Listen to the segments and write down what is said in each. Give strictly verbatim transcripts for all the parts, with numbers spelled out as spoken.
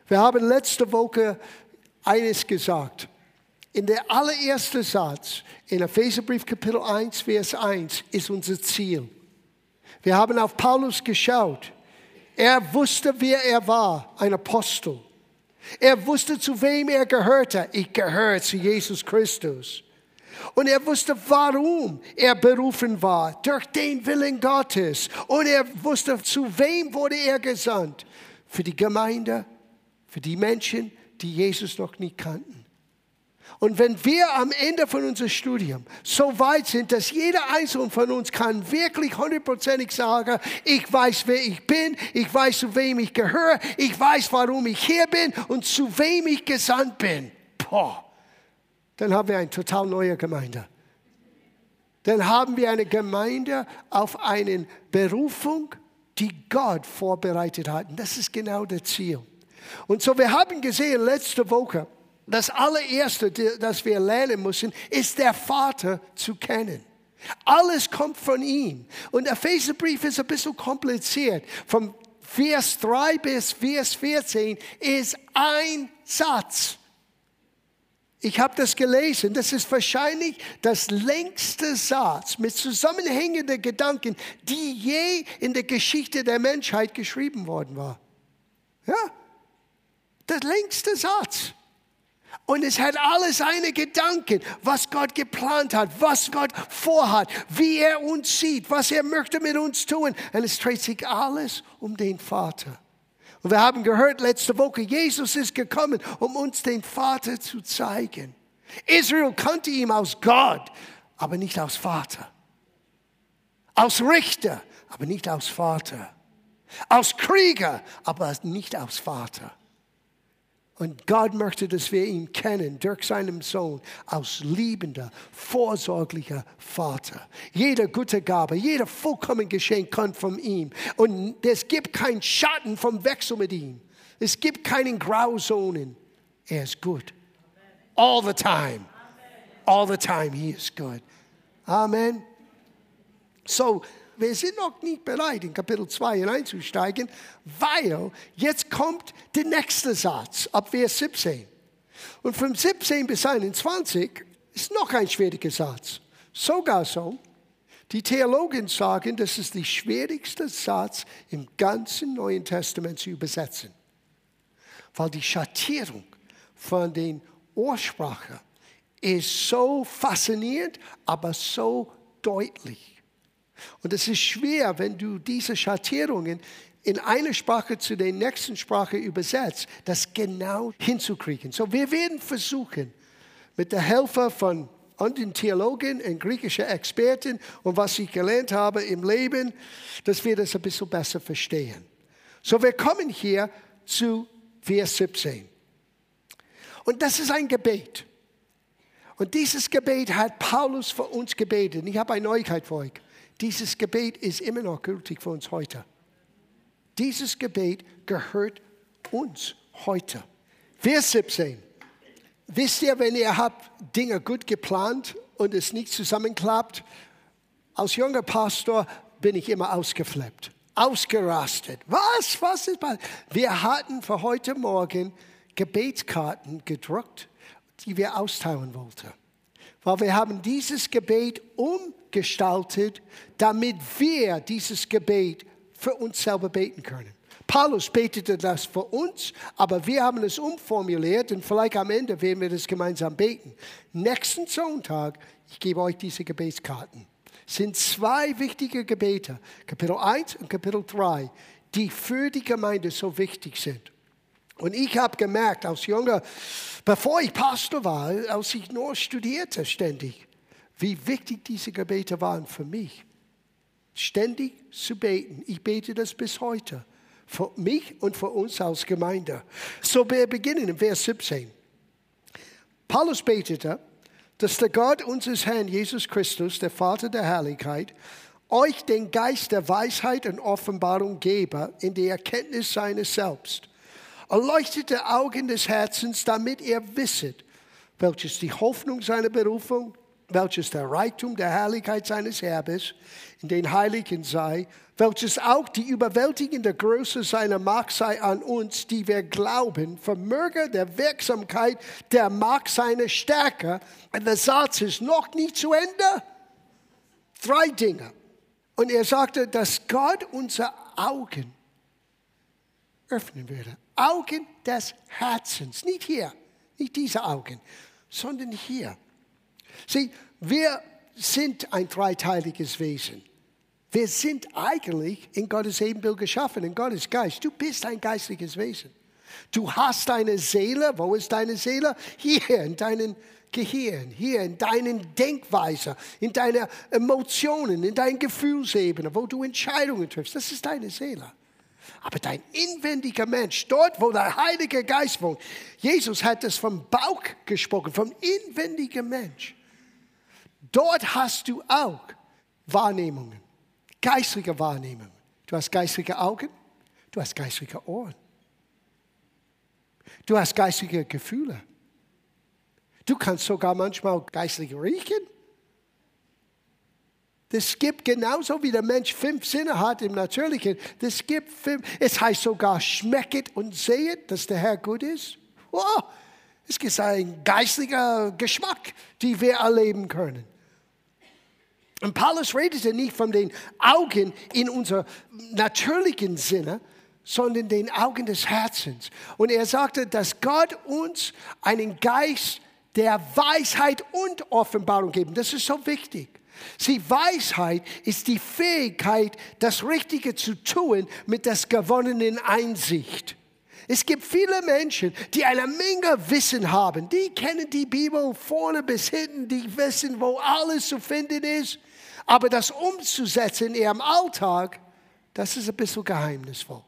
Wir haben letzte Woche eines gesagt. In der allerersten Satz in Epheserbrief Kapitel eins, Vers eins ist unser Ziel. Wir haben auf Paulus geschaut. Er wusste, wer er war, ein Apostel. Er wusste, zu wem er gehörte. Ich gehöre zu Jesus Christus. Und er wusste, warum er berufen war, durch den Willen Gottes. Und er wusste, zu wem wurde er gesandt. Für die Gemeinde, für die Menschen, die Jesus noch nie kannten. Und wenn wir am Ende von unserem Studium so weit sind, dass jeder Einzelne von uns kann wirklich hundertprozentig sagen, ich weiß, wer ich bin, ich weiß, zu wem ich gehöre, ich weiß, warum ich hier bin und zu wem ich gesandt bin. Boah, dann haben wir eine total neue Gemeinde. Dann haben wir eine Gemeinde auf eine Berufung, die Gott vorbereitet hat. Und das ist genau das Ziel. Und so, wir haben gesehen letzte Woche, das allererste, das wir lernen müssen, ist der Vater zu kennen. Alles kommt von ihm. Und der Epheserbrief ist ein bisschen kompliziert. Vom Vers drei bis Vers vierzehn ist ein Satz. Ich habe das gelesen. Das ist wahrscheinlich das längste Satz mit zusammenhängenden Gedanken, die je in der Geschichte der Menschheit geschrieben worden war. Ja, der längste Satz. Und es hat alles seine Gedanken, was Gott geplant hat, was Gott vorhat, wie er uns sieht, was er möchte mit uns tun. Und es dreht sich alles um den Vater. Und wir haben gehört letzte Woche, Jesus ist gekommen, um uns den Vater zu zeigen. Israel kannte ihn als Gott, aber nicht als Vater. Als Richter, aber nicht als Vater. Als Krieger, aber nicht als Vater. Und Gott möchte, dass wir ihn kennen durch seinen Sohn als liebender, vorsorglicher Vater. Jede gute Gabe, jeder vollkommene Geschenk kommt von ihm. Und es gibt keinen Schatten vom Wechsel mit ihm. Es gibt keine Grauzonen. Er ist gut. All the time. All the time he is good. Amen. So, wir sind noch nicht bereit, in Kapitel zwei hineinzusteigen, weil jetzt kommt der nächste Satz, ab Vers siebzehn. Und von siebzehn bis einundzwanzig ist noch ein schwieriger Satz. Sogar so, die Theologen sagen, das ist der schwierigste Satz im ganzen Neuen Testament zu übersetzen. Weil die Schattierung von den Ursprachen ist so faszinierend, aber so deutlich. Und es ist schwer, wenn du diese Schattierungen in einer Sprache zu der nächsten Sprache übersetzt, das genau hinzukriegen. So, wir werden versuchen, mit der Hilfe von anderen Theologen und griechischen Experten und was ich gelernt habe im Leben, dass wir das ein bisschen besser verstehen. So, wir kommen hier zu Vers siebzehn. Und das ist ein Gebet. Und dieses Gebet hat Paulus für uns gebetet. Und ich habe eine Neuigkeit für euch. Dieses Gebet ist immer noch gültig für uns heute. Dieses Gebet gehört uns heute. Vers siebzehn. Wisst ihr, wenn ihr habt Dinge gut geplant und es nicht zusammenklappt, als junger Pastor bin ich immer ausgeflippt, ausgerastet. Was? Was ist passiert? Wir hatten für heute Morgen Gebetskarten gedruckt, die wir austeilen wollten. Weil wir haben dieses Gebet umgestaltet, damit wir dieses Gebet für uns selber beten können. Paulus betete das für uns, aber wir haben es umformuliert und vielleicht am Ende werden wir das gemeinsam beten. Nächsten Sonntag, ich gebe euch diese Gebetskarten. Es sind zwei wichtige Gebete, Kapitel eins und Kapitel drei, die für die Gemeinde so wichtig sind. Und ich habe gemerkt, als Junger, bevor ich Pastor war, als ich nur studierte ständig, wie wichtig diese Gebete waren für mich. Ständig zu beten. Ich bete das bis heute. Für mich und für uns als Gemeinde. So, wir beginnen in Vers siebzehn. Paulus betete, dass der Gott unseres Herrn Jesus Christus, der Vater der Herrlichkeit, euch den Geist der Weisheit und Offenbarung gebe in der Erkenntnis seines Selbst. Erleuchtete Augen des Herzens, damit ihr wisset, welches die Hoffnung seiner Berufung, welches der Reichtum der Herrlichkeit seines Erbes in den Heiligen sei, welches auch die überwältigende Größe seiner Macht sei an uns, die wir glauben, vermöge der Wirksamkeit der Macht seiner Stärke. Und der Satz ist noch nicht zu Ende. Drei Dinge. Und er sagte, dass Gott unsere Augen öffnen würde. Augen des Herzens. Nicht hier, nicht diese Augen, sondern hier. Sieh, wir sind ein dreiteiliges Wesen. Wir sind eigentlich in Gottes Ebenbild geschaffen, in Gottes Geist. Du bist ein geistliches Wesen. Du hast deine Seele. Wo ist deine Seele? Hier in deinem Gehirn, hier in deinen Denkweise, in deinen Emotionen, in deinen Gefühlsebene, wo du Entscheidungen triffst. Das ist deine Seele. Aber dein inwendiger Mensch, dort, wo der Heilige Geist wohnt, Jesus hat es vom Bauch gesprochen, vom inwendigen Mensch. Dort hast du auch Wahrnehmungen, geistliche Wahrnehmungen. Du hast geistliche Augen, du hast geistliche Ohren. Du hast geistliche Gefühle. Du kannst sogar manchmal geistlich riechen. Das gibt genauso wie der Mensch fünf Sinne hat im Natürlichen. Das gibt fünf. Es heißt sogar schmecket und sehet, dass der Herr gut ist. Wow, es gibt ein geistlicher Geschmack, den wir erleben können. Und Paulus redete nicht von den Augen in unserer natürlichen Sinne, sondern den Augen des Herzens. Und er sagte, dass Gott uns einen Geist der Weisheit und Offenbarung geben. Das ist so wichtig. Sie, Weisheit ist die Fähigkeit, das Richtige zu tun mit der gewonnenen Einsicht. Es gibt viele Menschen, die eine Menge Wissen haben. Die kennen die Bibel vorne bis hinten, die wissen, wo alles zu finden ist. Aber das umzusetzen in ihrem Alltag, das ist ein bisschen geheimnisvoll.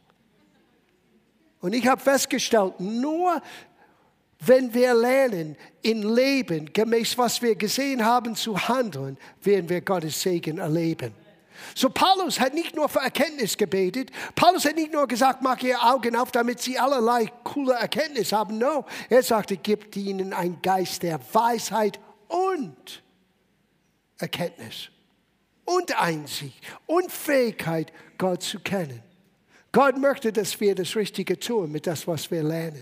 Und ich habe festgestellt, nur wenn wir lernen, im Leben, gemäß was wir gesehen haben, zu handeln, werden wir Gottes Segen erleben. So Paulus hat nicht nur für Erkenntnis gebetet. Paulus hat nicht nur gesagt, mach ihr Augen auf, damit sie allerlei coole Erkenntnis haben. No, er sagte, gibt ihnen einen Geist der Weisheit und Erkenntnis und Einsicht und Fähigkeit, Gott zu kennen. Gott möchte, dass wir das Richtige tun mit das, was wir lernen.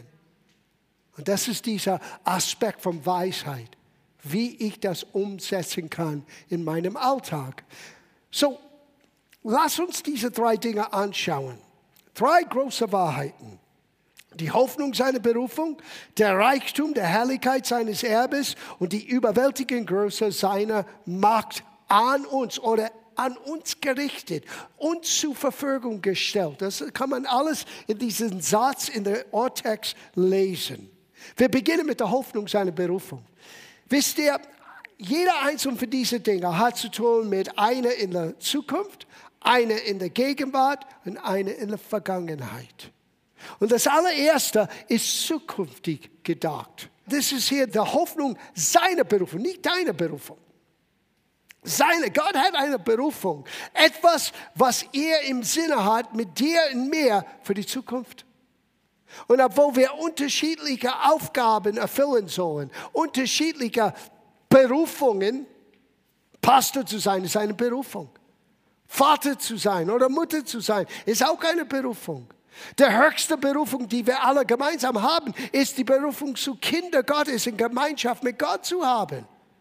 Und das ist dieser Aspekt von Weisheit, wie ich das umsetzen kann in meinem Alltag. So, lass uns diese drei Dinge anschauen. Drei große Wahrheiten. Die Hoffnung seiner Berufung, der Reichtum der Herrlichkeit seines Erbes und die überwältigende Größe seiner Macht an uns oder an uns gerichtet, uns zur Verfügung gestellt. Das kann man alles in diesem Satz in der Urtext lesen. Wir beginnen mit der Hoffnung seiner Berufung. Wisst ihr, jeder einzelne von diesen Dingen hat zu tun mit einer in der Zukunft, einer in der Gegenwart und einer in der Vergangenheit. Und das allererste ist zukünftig gedacht. Das ist hier die Hoffnung seiner Berufung, nicht deiner Berufung. Seine, Gott hat eine Berufung. Etwas, was er im Sinne hat mit dir und mir für die Zukunft. Und obwohl wir unterschiedliche Aufgaben erfüllen sollen, unterschiedliche Berufungen, Pastor zu sein ist eine Berufung. Vater zu sein oder Mutter zu sein ist auch eine Berufung. Die höchste Berufung, die wir alle gemeinsam haben, ist die Berufung zu Kinder Gottes in Gemeinschaft mit Gott zu haben.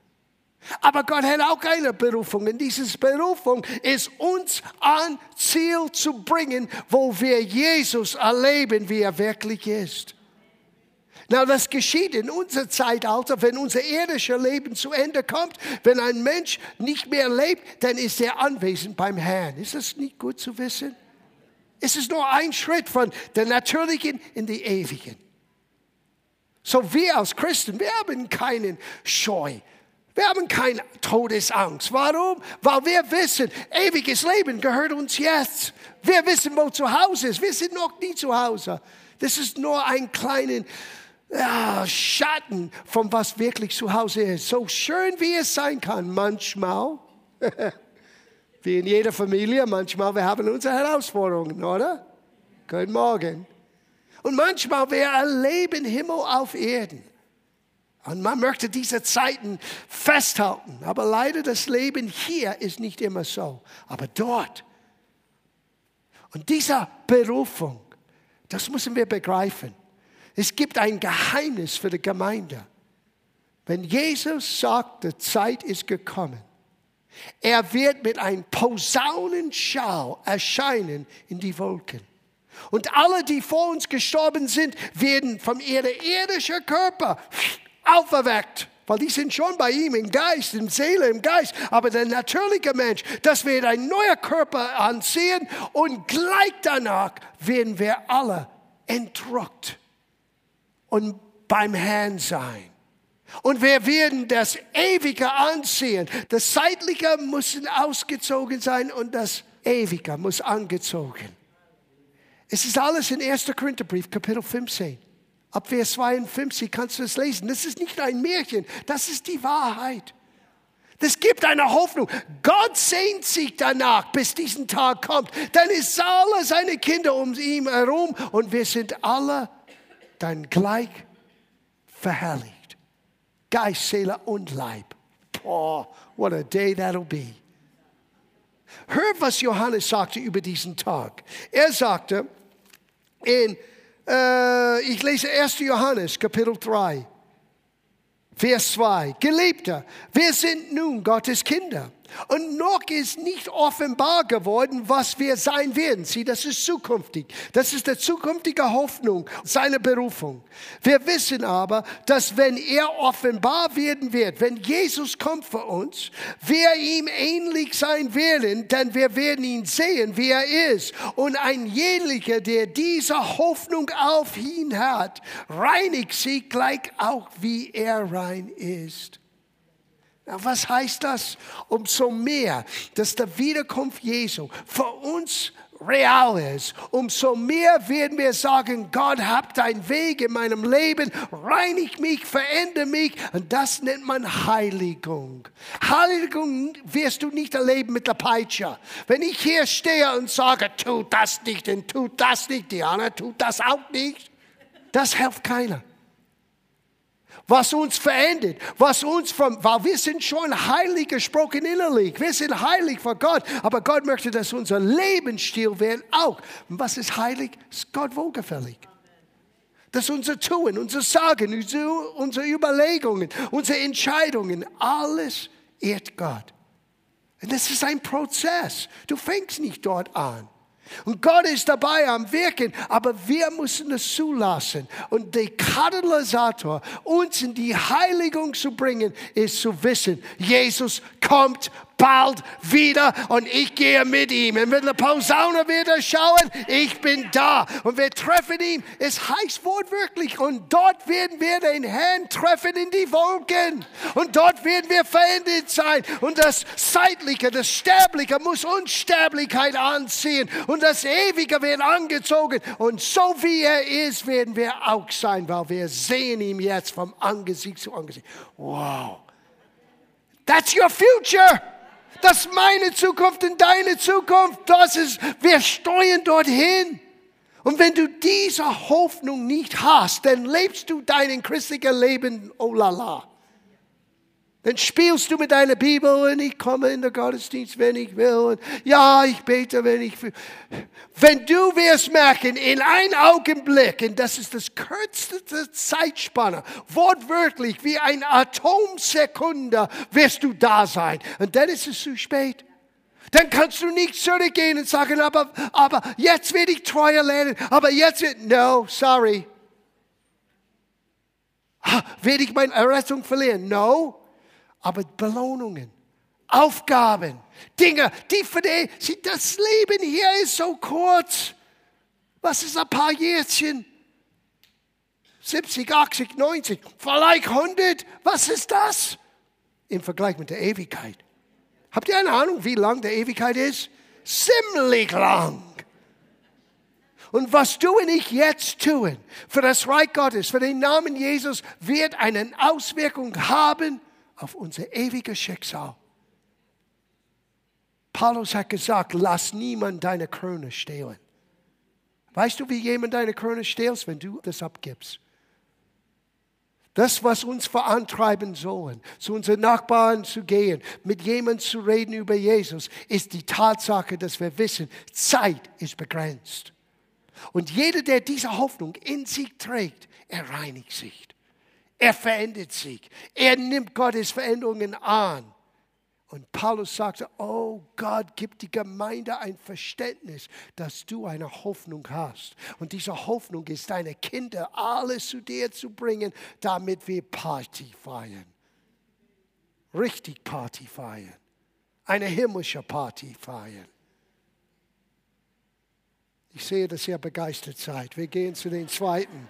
Aber Gott hat auch eine Berufung. Und diese Berufung ist, uns an Ziel zu bringen, wo wir Jesus erleben, wie er wirklich ist. Na, das geschieht in unser Zeitalter, wenn unser irdisches Leben zu Ende kommt. Wenn ein Mensch nicht mehr lebt, dann ist er anwesend beim Herrn. Ist das nicht gut zu wissen? Es ist nur ein Schritt von der Natürlichen in die Ewigen. So wir als Christen, wir haben keinen Scheu. Wir haben keine Todesangst. Warum? Weil wir wissen, ewiges Leben gehört uns jetzt. Wir wissen, wo zu Hause ist. Wir sind noch nie zu Hause. Das ist nur ein kleiner ja, Schatten von was wirklich zu Hause ist. So schön wie es sein kann, manchmal, wie in jeder Familie, manchmal wir haben unsere Herausforderungen, oder? Guten Morgen. Und manchmal wir erleben Himmel auf Erden. Und man möchte diese Zeiten festhalten. Aber leider, das Leben hier ist nicht immer so. Aber dort. Und diese Berufung, das müssen wir begreifen. Es gibt ein Geheimnis für die Gemeinde. Wenn Jesus sagt, die Zeit ist gekommen, er wird mit einem Posaunenschall erscheinen in die Wolken. Und alle, die vor uns gestorben sind, werden vom irdischen Körper auferweckt. Weil die sind schon bei ihm im Geist, in Seele, im Geist. Aber der natürliche Mensch, das wird ein neuer Körper anziehen. Und gleich danach werden wir alle entrückt und beim Herrn sein. Und wir werden das Ewige anziehen. Das Zeitliche muss ausgezogen sein und das Ewige muss angezogen. Es ist alles in erster Korintherbrief, Kapitel fünfzehn. Ab Vers zweiundfünfzig kannst du es lesen. Das ist nicht ein Märchen, das ist die Wahrheit. Das gibt eine Hoffnung. Gott sehnt sich danach, bis diesen Tag kommt. Dann ist alle seine Kinder um ihn herum und wir sind alle dann gleich verherrlicht. Geist, Seele und Leib. Oh, what a day that'll be. Hör, was Johannes sagte über diesen Tag. Er sagte in, äh, ich lese erster Johannes, Kapitel drei, Vers zwei. Geliebter, wir sind nun Gottes Kinder. Und noch ist nicht offenbar geworden, was wir sein werden. Sieh, das ist zukünftig. Das ist die zukünftige Hoffnung, seine Berufung. Wir wissen aber, dass wenn er offenbar werden wird, wenn Jesus kommt für uns, wir ihm ähnlich sein werden, denn wir werden ihn sehen, wie er ist. Und ein jeder, der diese Hoffnung auf ihn hat, reinigt sich gleich auch, wie er rein ist. Na, was heißt das? Umso mehr, dass der Wiederkunft Jesu für uns real ist, umso mehr werden wir sagen, Gott, hab deinen Weg in meinem Leben, reinig mich, verändere mich. Und das nennt man Heiligung. Heiligung wirst du nicht erleben mit der Peitsche. Wenn ich hier stehe und sage, tut das nicht und tut das nicht, Diana, tut das auch nicht, das hilft keiner. Was uns verändert, was uns vom, weil wir sind schon heilig gesprochen innerlich. Wir sind heilig vor Gott, aber Gott möchte, dass unser Lebensstil wird auch. Und was ist heilig? Ist Gott wohlgefällig. Das ist unser Tun, unser Sagen, unsere Überlegungen, unsere Entscheidungen, alles ehrt Gott. Und das ist ein Prozess. Du fängst nicht dort an. Und Gott ist dabei am Wirken, aber wir müssen es zulassen. Und der Katalysator, uns in die Heiligung zu bringen, ist zu wissen, Jesus kommt bald wieder und ich gehe mit ihm. Und wenn der Posaune wieder schauen, ich bin da. Und wir treffen ihn, es heißt wortwörtlich, und dort werden wir den Herrn treffen in die Wolken. Und dort werden wir verändert sein. Und das Zeitliche, das Sterbliche muss Unsterblichkeit anziehen. Und das Ewige wird angezogen. Und so wie er ist, werden wir auch sein, weil wir sehen ihn jetzt vom Angesicht zu Angesicht. Wow. That's your future. Das ist meine Zukunft und deine Zukunft. Das ist, wir steuern dorthin. Und wenn du diese Hoffnung nicht hast, dann lebst du dein christliches Leben, oh la la. Dann spielst du mit deiner Bibel und ich komme in den Gottesdienst, wenn ich will. Und ja, ich bete, wenn ich will. Wenn du wirst merken, in einem Augenblick, und das ist das kürzeste Zeitspanne, wortwörtlich wie ein Atomsekunde, wirst du da sein. Und dann ist es zu spät. Dann kannst du nicht zurückgehen und sagen, aber, aber jetzt werde ich Treue lernen, aber jetzt wird, no, sorry. Werde ich meine Errettung verlieren? No. Aber Belohnungen, Aufgaben, Dinge, die für die, das Leben hier ist so kurz. Was ist ein paar Jährchen? siebzig, achtzig, neunzig, vielleicht hundert. Was ist das? Im Vergleich mit der Ewigkeit. Habt ihr eine Ahnung, wie lang die Ewigkeit ist? Ziemlich lang. Und was du und ich jetzt tun für das Reich Gottes, für den Namen Jesus, wird eine Auswirkung haben auf unser ewiges Schicksal. Paulus hat gesagt, lass niemand deine Krone stehlen. Weißt du, wie jemand deine Krone stehlt, wenn du das abgibst? Das, was uns vorantreiben soll, zu unseren Nachbarn zu gehen, mit jemandem zu reden über Jesus, ist die Tatsache, dass wir wissen, Zeit ist begrenzt. Und jeder, der diese Hoffnung in sich trägt, er reinigt sich. Er verändert sich. Er nimmt Gottes Veränderungen an. Und Paulus sagte, oh Gott, gib die Gemeinde ein Verständnis, dass du eine Hoffnung hast. Und diese Hoffnung ist, deine Kinder alles zu dir zu bringen, damit wir Party feiern. Richtig Party feiern. Eine himmlische Party feiern. Ich sehe, dass ihr begeistert seid. Wir gehen zu den zweiten.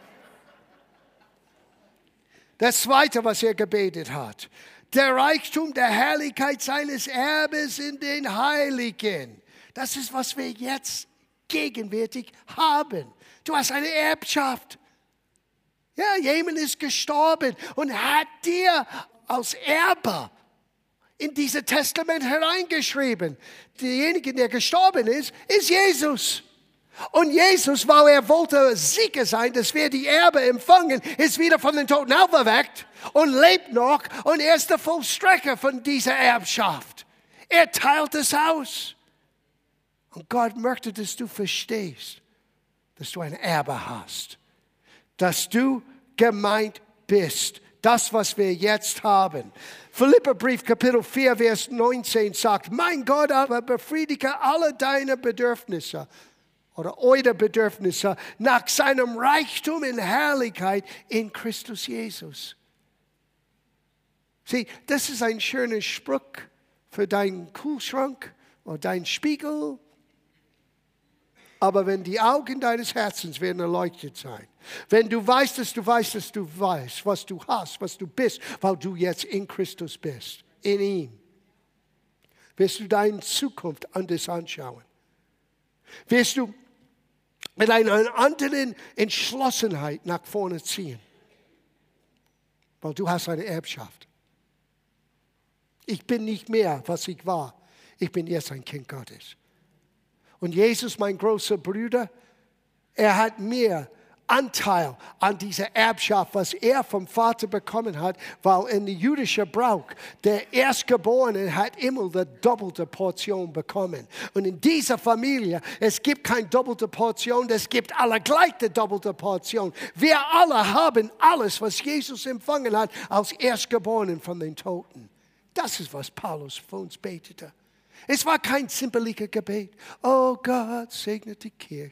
Das zweite, was er gebetet hat. Der Reichtum der Herrlichkeit seines Erbes in den Heiligen. Das ist, was wir jetzt gegenwärtig haben. Du hast eine Erbschaft. Ja, jemand ist gestorben und hat dir als Erbe in dieses Testament hereingeschrieben. Derjenige, der gestorben ist, ist Jesus. Und Jesus, weil er wollte sicher sein, dass wir die Erbe empfangen, ist wieder von den Toten auferweckt und lebt noch. Und er ist der Vollstrecker von dieser Erbschaft. Er teilt es aus. Und Gott möchte, dass du verstehst, dass du ein Erbe hast. Dass du gemeint bist. Das, was wir jetzt haben. Philipperbrief Kapitel vier, Vers neunzehn sagt, mein Gott aber befriedige alle deine Bedürfnisse. Oder eure Bedürfnisse nach seinem Reichtum in Herrlichkeit in Christus Jesus. Sieh, das ist ein schöner Spruch für deinen Kühlschrank oder deinen Spiegel. Aber wenn die Augen deines Herzens werden erleuchtet sein, wenn du weißt, dass du weißt, dass du weißt, was du hast, was du bist, weil du jetzt in Christus bist, in ihm, wirst du deine Zukunft anders anschauen. Wirst du mit einer anderen Entschlossenheit nach vorne ziehen. Weil du hast eine Erbschaft. Ich bin nicht mehr, was ich war. Ich bin jetzt ein Kind Gottes. Und Jesus, mein großer Bruder, er hat mir Anteil an dieser Erbschaft, was er vom Vater bekommen hat, weil in der jüdischen Brauch, der Erstgeborene hat immer die doppelte Portion bekommen. Und in dieser Familie, es gibt keine doppelte Portion, es gibt alle gleich die doppelte Portion. Wir alle haben alles, was Jesus empfangen hat, als Erstgeborenen von den Toten. Das ist, was Paulus für uns betete. Es war kein simpeliger Gebet. Oh Gott, segne die Kirche.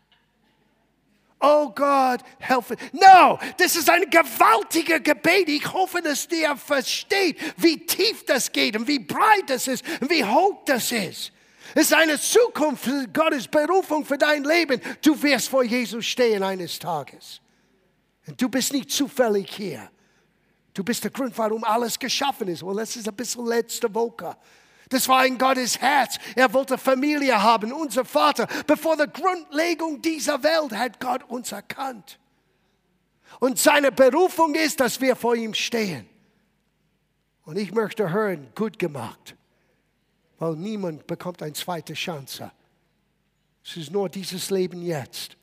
Oh Gott, helfe. No, das ist ein gewaltiger Gebet. Ich hoffe, dass der versteht, wie tief das geht und wie breit das ist und wie hoch das ist. Es ist eine Zukunft für Gottes Berufung für dein Leben. Du wirst vor Jesus stehen eines Tages. Und du bist nicht zufällig hier. Du bist der Grund, warum alles geschaffen ist. Well, das ist ein bisschen letzte Woche. Das war in Gottes Herz. Er wollte Familie haben, unser Vater. Bevor der Grundlegung dieser Welt hat Gott uns erkannt. Und seine Berufung ist, dass wir vor ihm stehen. Und ich möchte hören, gut gemacht. Weil niemand bekommt eine zweite Chance. Es ist nur dieses Leben jetzt.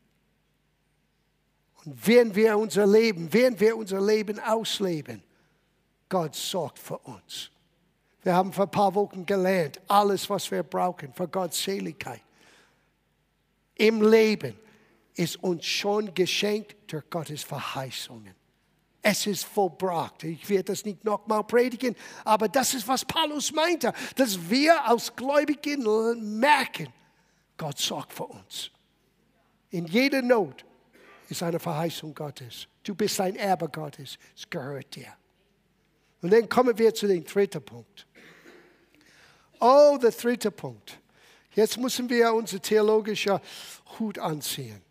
Und während wir unser Leben, während wir unser Leben ausleben, Gott sorgt für uns. Wir haben vor ein paar Wochen gelernt, alles, was wir brauchen für Gottseligkeit im Leben ist uns schon geschenkt durch Gottes Verheißungen. Es ist vollbracht. Ich werde das nicht nochmal predigen, aber das ist, was Paulus meinte, dass wir als Gläubigen merken, Gott sorgt für uns. In jeder Not ist eine Verheißung Gottes. Du bist ein Erbe Gottes. Es gehört dir. Und dann kommen wir zu dem dritten Punkt. Oh, der dritte Punkt. Jetzt müssen wir unsere theologische Hut anziehen.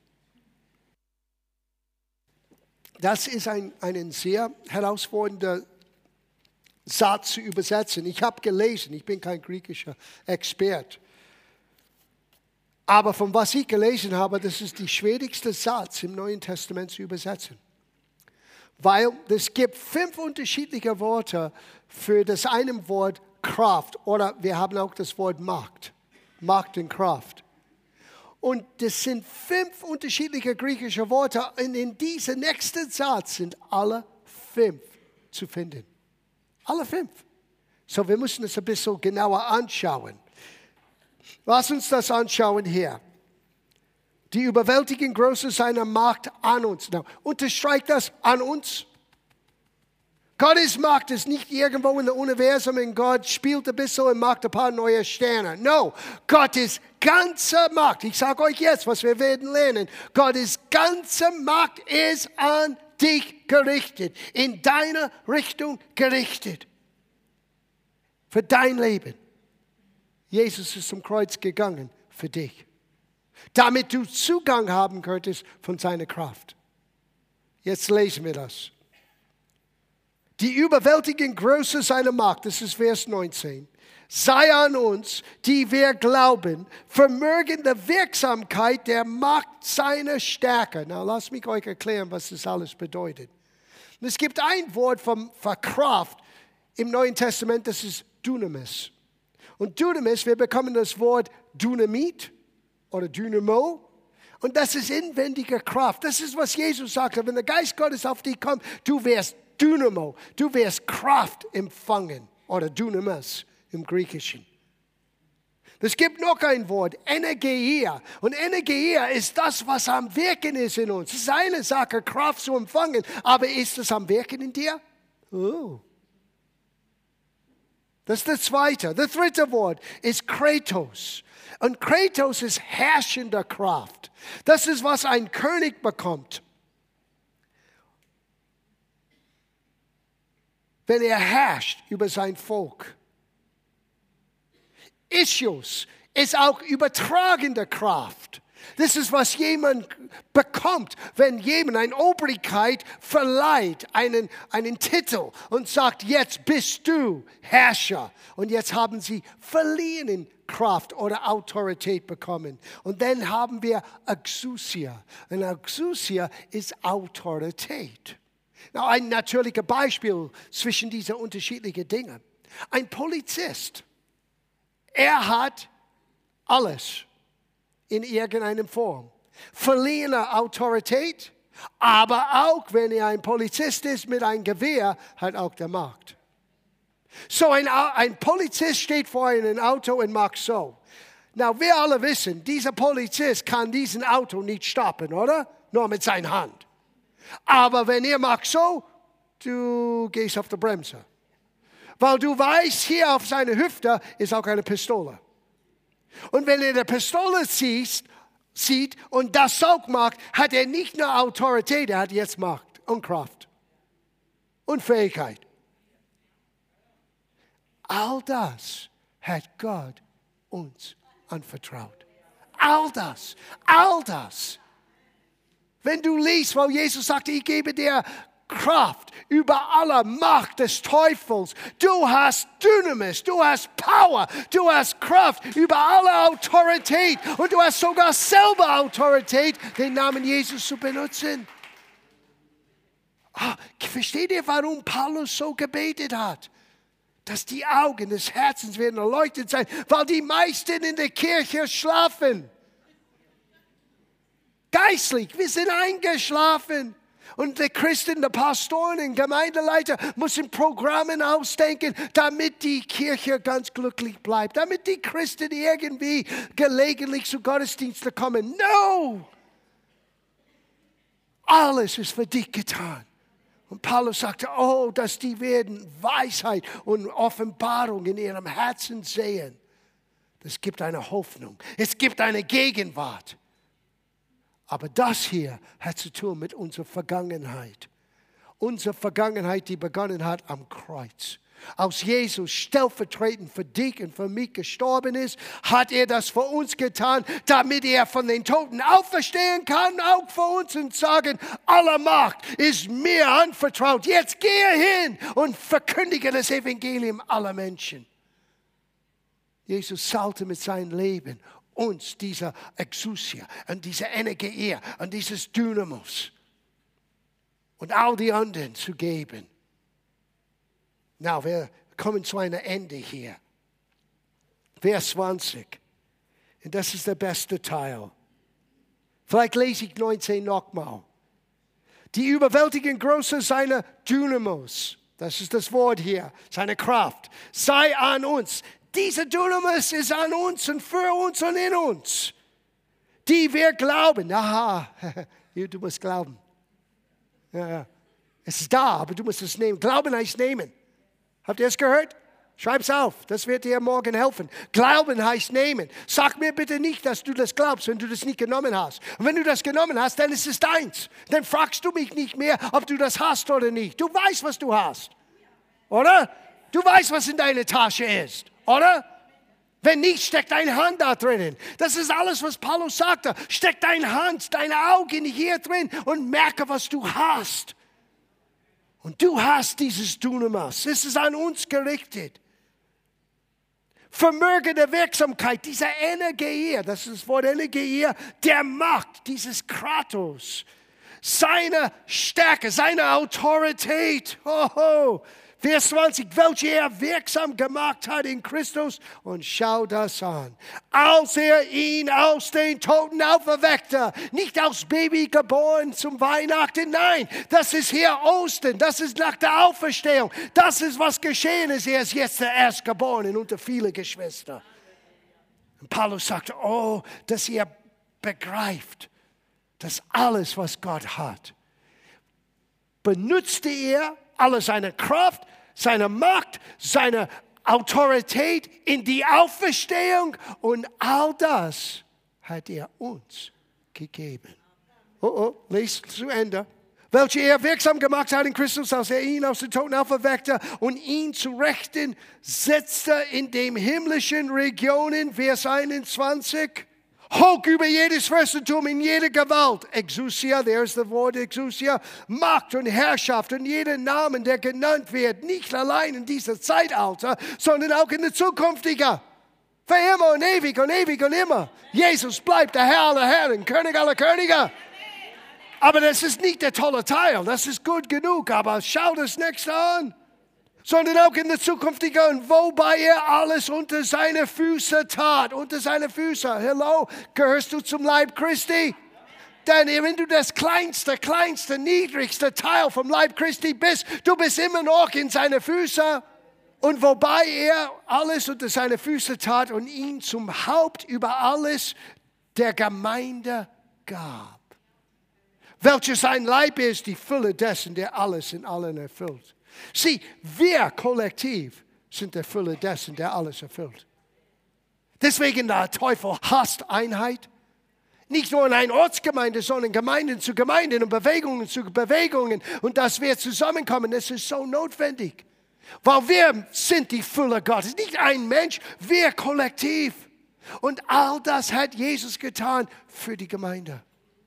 Das ist ein, ein sehr herausfordernder Satz zu übersetzen. Ich habe gelesen, ich bin kein griechischer Experte. Aber von was ich gelesen habe, das ist der schwierigste Satz im Neuen Testament zu übersetzen. Weil es gibt fünf unterschiedliche Worte für das eine Wort Kraft. Oder wir haben auch das Wort Macht. Macht und Kraft. Und das sind fünf unterschiedliche griechische Worte. Und in diesem nächsten Satz sind alle fünf zu finden. Alle fünf. So, wir müssen es ein bisschen genauer anschauen. Lass uns das anschauen hier. Die überwältigend Größe seiner Macht an uns. Now, unterstreicht das an uns. Gottes Macht ist nicht irgendwo in der Universum und Gott spielt ein bisschen und macht ein paar neue Sterne. No, Gottes ganze Macht, ich sage euch jetzt, was wir werden lernen, Gottes ganze Macht ist an dich gerichtet, in deine Richtung gerichtet. Für dein Leben. Jesus ist zum Kreuz gegangen für dich. Damit du Zugang haben könntest von seiner Kraft. Jetzt lesen wir das. Die überwältigende Größe seiner Macht, das ist Vers neunzehn, sei an uns, die wir glauben, vermögen der Wirksamkeit der Macht seiner Stärke. Na, lasst mich euch erklären, was das alles bedeutet. Und es gibt ein Wort vom, für Kraft im Neuen Testament, das ist Dunamis. Und Dunamis, wir bekommen das Wort Dynamit oder Dynamo. Und das ist inwendige Kraft. Das ist, was Jesus sagte. Wenn der Geist Gottes auf dich kommt, du wirst Dynamo. Du wirst Kraft empfangen. Oder Dunamis im Griechischen. Es gibt noch ein Wort, Energeia. Und Energeia ist das, was am Wirken ist in uns. Es ist eine Sache, Kraft zu empfangen. Aber ist es am Wirken in dir? Oh. Das ist das zweite. Das dritte Wort ist Kratos. Und Kratos ist herrschende Kraft. Das ist, was ein König bekommt. Wenn er herrscht über sein Volk. Ischios ist auch übertragende Kraft. Das ist, was jemand bekommt, wenn jemand eine Obrigkeit verleiht, einen, einen Titel und sagt, jetzt bist du Herrscher. Und jetzt haben sie verliehene Kraft oder Autorität bekommen. Und dann haben wir Exousia. Und Exousia ist Autorität. Now, ein natürliches Beispiel zwischen diesen unterschiedlichen Dingen. Ein Polizist, er hat alles. In irgendeiner Form. Verliehene Autorität, aber auch wenn er ein Polizist ist mit einem Gewehr, hat auch der Macht. So ein, ein Polizist steht vor einem Auto und macht so. Na, wir alle wissen, dieser Polizist kann diesen Auto nicht stoppen, oder? Nur mit seiner Hand. Aber wenn er macht so, du gehst auf die Bremse. Weil du weißt, hier auf seiner Hüfte ist auch eine Pistole. Und wenn er die Pistole sieht, sieht und das auch macht, hat er nicht nur Autorität, er hat jetzt Macht und Kraft und Fähigkeit. All das hat Gott uns anvertraut. All das, all das. Wenn du liest, wo Jesus sagte, ich gebe dir Kraft über alle Macht des Teufels. Du hast Dynamis, du hast Power, du hast Kraft über alle Autorität und du hast sogar selber Autorität, den Namen Jesus zu benutzen. Oh, versteht ihr, warum Paulus so gebetet hat? Dass die Augen des Herzens werden erleuchtet sein, weil die meisten in der Kirche schlafen. Geistlich, wir sind eingeschlafen. Und die Christen, die Pastoren und Gemeindeleiter müssen Programme ausdenken, damit die Kirche ganz glücklich bleibt. Damit die Christen irgendwie gelegentlich zu Gottesdiensten kommen. No! Alles ist für dich getan. Und Paulus sagte, oh, dass die werden Weisheit und Offenbarung in ihrem Herzen sehen. Das gibt eine Hoffnung. Es gibt eine Gegenwart. Aber das hier hat zu tun mit unserer Vergangenheit. Unsere Vergangenheit, die begonnen hat am Kreuz. Als Jesus stellvertretend für dich und für mich gestorben ist, hat er das für uns getan, damit er von den Toten auferstehen kann, auch für uns und sagen, alle Macht ist mir anvertraut. Jetzt gehe hin und verkündige das Evangelium aller Menschen. Jesus zahlte mit seinem Leben uns dieser Exousia und diese Energie und dieses Dynamos und all die anderen zu geben. Na, wir kommen zu einem Ende hier. Vers zwanzig. Und das ist der beste Teil. Vielleicht lese ich neunzehn nochmal. Die überwältigend große seine Dynamos, das ist das Wort hier, seine Kraft, sei an uns. Diese Dynamis ist an uns und für uns und in uns, die wir glauben. Aha, du musst glauben. Ja, ja. Es ist da, aber du musst es nehmen. Glauben heißt nehmen. Habt ihr es gehört? Schreib's auf, das wird dir morgen helfen. Glauben heißt nehmen. Sag mir bitte nicht, dass du das glaubst, wenn du das nicht genommen hast. Und wenn du das genommen hast, dann ist es deins. Dann fragst du mich nicht mehr, ob du das hast oder nicht. Du weißt, was du hast. Oder? Du weißt, was in deiner Tasche ist. Oder? Wenn nicht, steck deine Hand da drinnen. Das ist alles, was Paulus sagte. Steck deine Hand, deine Augen hier drin und merke, was du hast. Und du hast dieses Dunamis. Es ist an uns gerichtet. Vermögen der Wirksamkeit, dieser Energie, das ist das Wort Energie, der Macht, dieses Kratos, seine Stärke, seine Autorität. Oh, oh. Vers zwanzig, welche er wirksam gemacht hat in Christus. Und schau das an. Als er ihn aus den Toten auferweckte, nicht als Baby geboren zum Weihnachten, nein, das ist hier Ostern, das ist nach der Auferstehung, das ist, was geschehen ist. Er ist jetzt der Erstgeborene unter viele Geschwister. Und Paulus sagt, oh, dass ihr begreift, dass alles, was Gott hat, benutzte er alle seine Kraft, seine Macht, seine Autorität in die Auferstehung und all das hat er uns gegeben. Oh, oh, lest zu Ende. Welche er wirksam gemacht hat in Christus, als er ihn aus den Toten auferweckte und ihn zu Rechten setzte in den himmlischen Regionen, Vers einundzwanzig. Hoch über jedes Fürstentum, in jeder Gewalt, Exousia, there is the word Exousia, Macht und Herrschaft und jeder Name, der genannt wird, nicht allein in dieser Zeitalter, sondern auch in der zukünftigen. Für immer und ewig und ewig und immer. Jesus bleibt der Herr aller Herren, König aller Könige. Aber das ist nicht der tolle Teil, das ist gut genug, aber schau das nächste an. Sondern auch in der zukünftigen, wobei er alles unter seine Füße tat. Unter seine Füße. Hello, gehörst du zum Leib Christi? Denn wenn du das kleinste, kleinste, niedrigste Teil vom Leib Christi bist, du bist immer noch in seine Füße. Und wobei er alles unter seine Füße tat und ihn zum Haupt über alles der Gemeinde gab. Welches sein Leib ist, die Fülle dessen, der alles in allen erfüllt. Sieh, wir kollektiv sind der Fülle dessen, der alles erfüllt. Deswegen der Teufel hasst Einheit. Nicht nur in einer Ortsgemeinde, sondern Gemeinden zu Gemeinden und Bewegungen zu Bewegungen. Und dass wir zusammenkommen, das ist so notwendig. Weil wir sind die Fülle Gottes. Nicht ein Mensch, wir kollektiv. Und all das hat Jesus getan für die Gemeinde.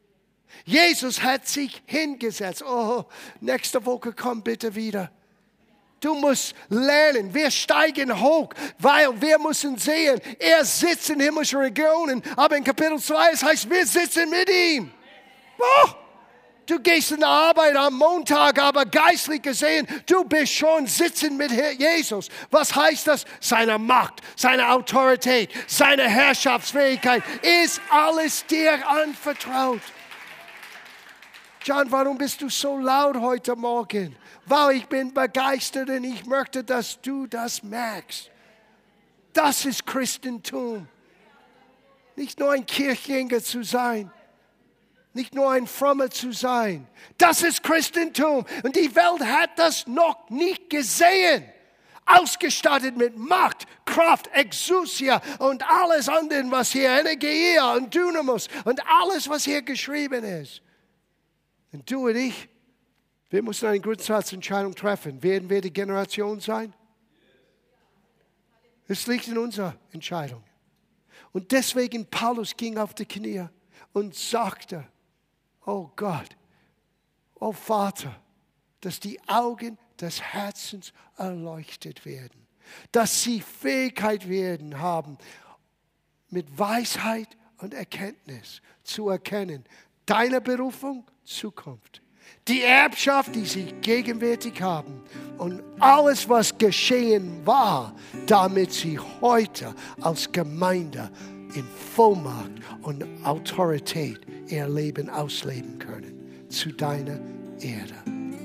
Jesus hat sich hingesetzt. Oh, nächste Woche komm bitte wieder. Du musst lernen. Wir steigen hoch, weil wir müssen sehen, er sitzt in himmlischen Regionen. Aber in Kapitel zwei, es heißt, wir sitzen mit ihm. Oh, du gehst in die Arbeit am Montag, aber geistlich gesehen, du bist schon sitzend mit Jesus. Was heißt das? Seine Macht, seine Autorität, seine Herrschaftsfähigkeit ist alles dir anvertraut. John, warum bist du so laut heute Morgen? Weil ich bin begeistert und ich möchte, dass du das merkst. Das ist Christentum. Nicht nur ein Kirchgänger zu sein. Nicht nur ein Frommer zu sein. Das ist Christentum. Und die Welt hat das noch nicht gesehen. Ausgestattet mit Macht, Kraft, Exousia und alles andere, was hier Energie und Dynamus und alles, was hier geschrieben ist. Und du und ich, wir müssen eine Grundsatzentscheidung treffen. Werden wir die Generation sein? Es liegt in unserer Entscheidung. Und deswegen Paulus ging auf die Knie und sagte, oh Gott, oh Vater, dass die Augen des Herzens erleuchtet werden. Dass sie Fähigkeit werden haben, mit Weisheit und Erkenntnis zu erkennen. Deine Berufung, Zukunft. Die Erbschaft, die sie gegenwärtig haben. Und alles, was geschehen war, damit sie heute als Gemeinde in Vollmacht und Autorität ihr Leben ausleben können. Zu deiner Erde.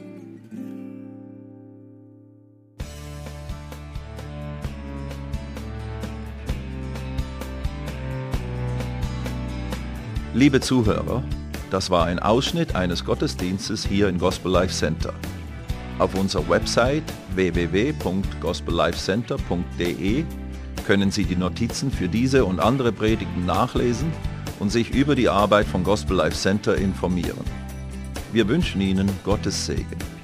Liebe Zuhörer, das war ein Ausschnitt eines Gottesdienstes hier im Gospel Life Center. Auf unserer Website w w w punkt gospel life center punkt d e können Sie die Notizen für diese und andere Predigten nachlesen und sich über die Arbeit von Gospel Life Center informieren. Wir wünschen Ihnen Gottes Segen.